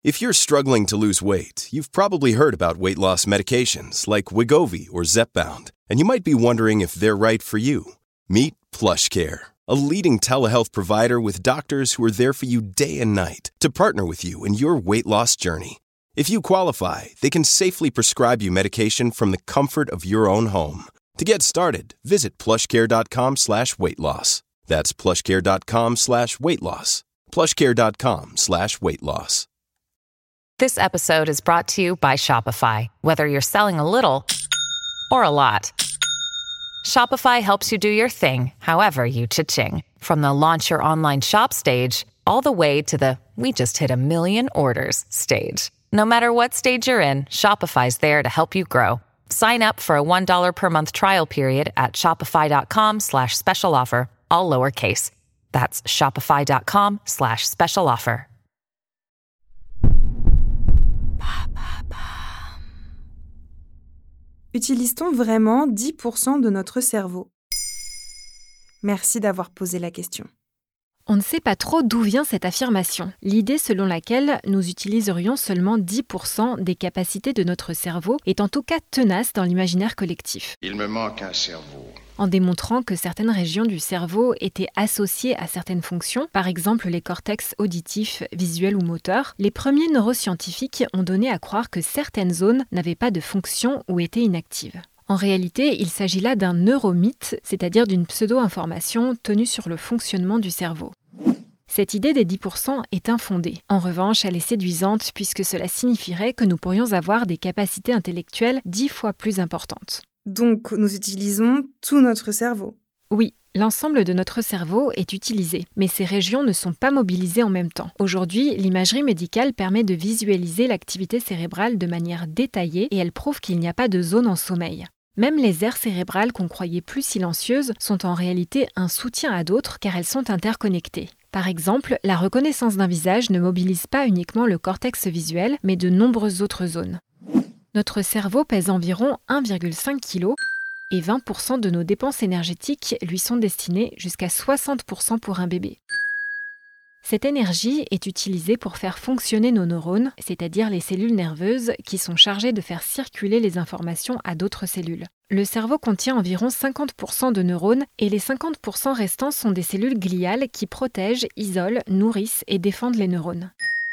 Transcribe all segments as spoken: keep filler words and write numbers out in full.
If you're struggling to lose weight, you've probably heard about weight loss medications like Wegovy or Zepbound, and you might be wondering if they're right for you. Meet PlushCare, a leading telehealth provider with doctors who are there for you day and night to partner with you in your weight loss journey. If you qualify, they can safely prescribe you medication from the comfort of your own home. To get started, visit plushcare.com slash weight loss. That's plushcare.com slash weight loss. plushcare.com slash weight loss. This episode is brought to you by Shopify. Whether you're selling a little or a lot, Shopify helps you do your thing, however you cha-ching. From the launch your online shop stage, all the way to the we just hit a million orders stage. No matter what stage you're in, Shopify's there to help you grow. Sign up for a one dollar per month trial period at shopify.com slash special offer, all lowercase. That's shopify.com slash special offer. Utilise-t-on vraiment dix pour cent de notre cerveau ? Merci d'avoir posé la question. On ne sait pas trop d'où vient cette affirmation, l'idée selon laquelle nous utiliserions seulement dix pour cent des capacités de notre cerveau est en tout cas tenace dans l'imaginaire collectif. Il me manque un cerveau. En démontrant que certaines régions du cerveau étaient associées à certaines fonctions, par exemple les cortex auditifs, visuels ou moteurs, les premiers neuroscientifiques ont donné à croire que certaines zones n'avaient pas de fonction ou étaient inactives. En réalité, il s'agit là d'un neuromythe, c'est-à-dire d'une pseudo-information tenue sur le fonctionnement du cerveau. Cette idée des dix pour cent est infondée. En revanche, elle est séduisante puisque cela signifierait que nous pourrions avoir des capacités intellectuelles dix fois plus importantes. Donc, nous utilisons tout notre cerveau. Oui, l'ensemble de notre cerveau est utilisé, mais ces régions ne sont pas mobilisées en même temps. Aujourd'hui, l'imagerie médicale permet de visualiser l'activité cérébrale de manière détaillée et elle prouve qu'il n'y a pas de zone en sommeil. Même les aires cérébrales qu'on croyait plus silencieuses sont en réalité un soutien à d'autres car elles sont interconnectées. Par exemple, la reconnaissance d'un visage ne mobilise pas uniquement le cortex visuel, mais de nombreuses autres zones. Notre cerveau pèse environ un virgule cinq kilos et vingt pour cent de nos dépenses énergétiques lui sont destinées jusqu'à soixante pour cent pour un bébé. Cette énergie est utilisée pour faire fonctionner nos neurones, c'est-à-dire les cellules nerveuses qui sont chargées de faire circuler les informations à d'autres cellules. Le cerveau contient environ cinquante pour cent de neurones et les cinquante pour cent restants sont des cellules gliales qui protègent, isolent, nourrissent et défendent les neurones.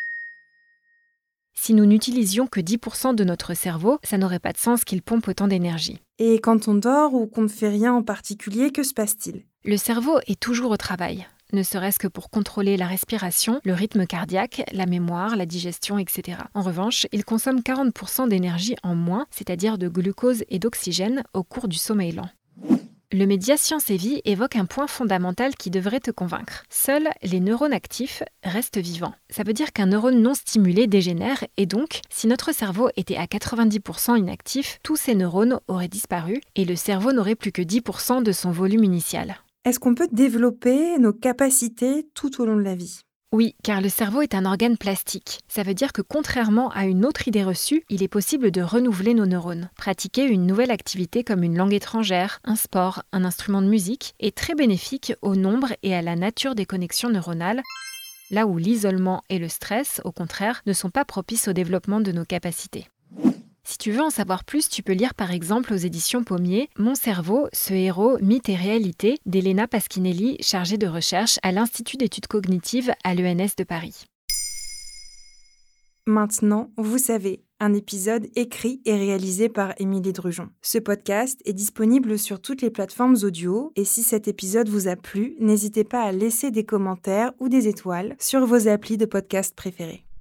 Si nous n'utilisions que dix pour cent de notre cerveau, ça n'aurait pas de sens qu'il pompe autant d'énergie. Et quand on dort ou qu'on ne fait rien en particulier, que se passe-t-il ? Le cerveau est toujours au travail, ne serait-ce que pour contrôler la respiration, le rythme cardiaque, la mémoire, la digestion, et cetera. En revanche, il consomme quarante pour cent d'énergie en moins, c'est-à-dire de glucose et d'oxygène, au cours du sommeil lent. Le média Science et Vie évoque un point fondamental qui devrait te convaincre. Seuls les neurones actifs restent vivants. Ça veut dire qu'un neurone non stimulé dégénère et donc, si notre cerveau était à quatre-vingt-dix pour cent inactif, tous ces neurones auraient disparu et le cerveau n'aurait plus que dix pour cent de son volume initial. Est-ce qu'on peut développer nos capacités tout au long de la vie ? Oui, car le cerveau est un organe plastique. Ça veut dire que contrairement à une autre idée reçue, il est possible de renouveler nos neurones. Pratiquer une nouvelle activité comme une langue étrangère, un sport, un instrument de musique est très bénéfique au nombre et à la nature des connexions neuronales, là où l'isolement et le stress, au contraire, ne sont pas propices au développement de nos capacités. Si tu veux en savoir plus, tu peux lire par exemple aux éditions Pommier « Mon cerveau, ce héros, mythe et réalité » d'Elena Pasquinelli, chargée de recherche à l'Institut d'études cognitives à l'E N S de Paris. Maintenant, vous savez, un épisode écrit et réalisé par Émilie Drujon. Ce podcast est disponible sur toutes les plateformes audio et si cet épisode vous a plu, n'hésitez pas à laisser des commentaires ou des étoiles sur vos applis de podcast préférés.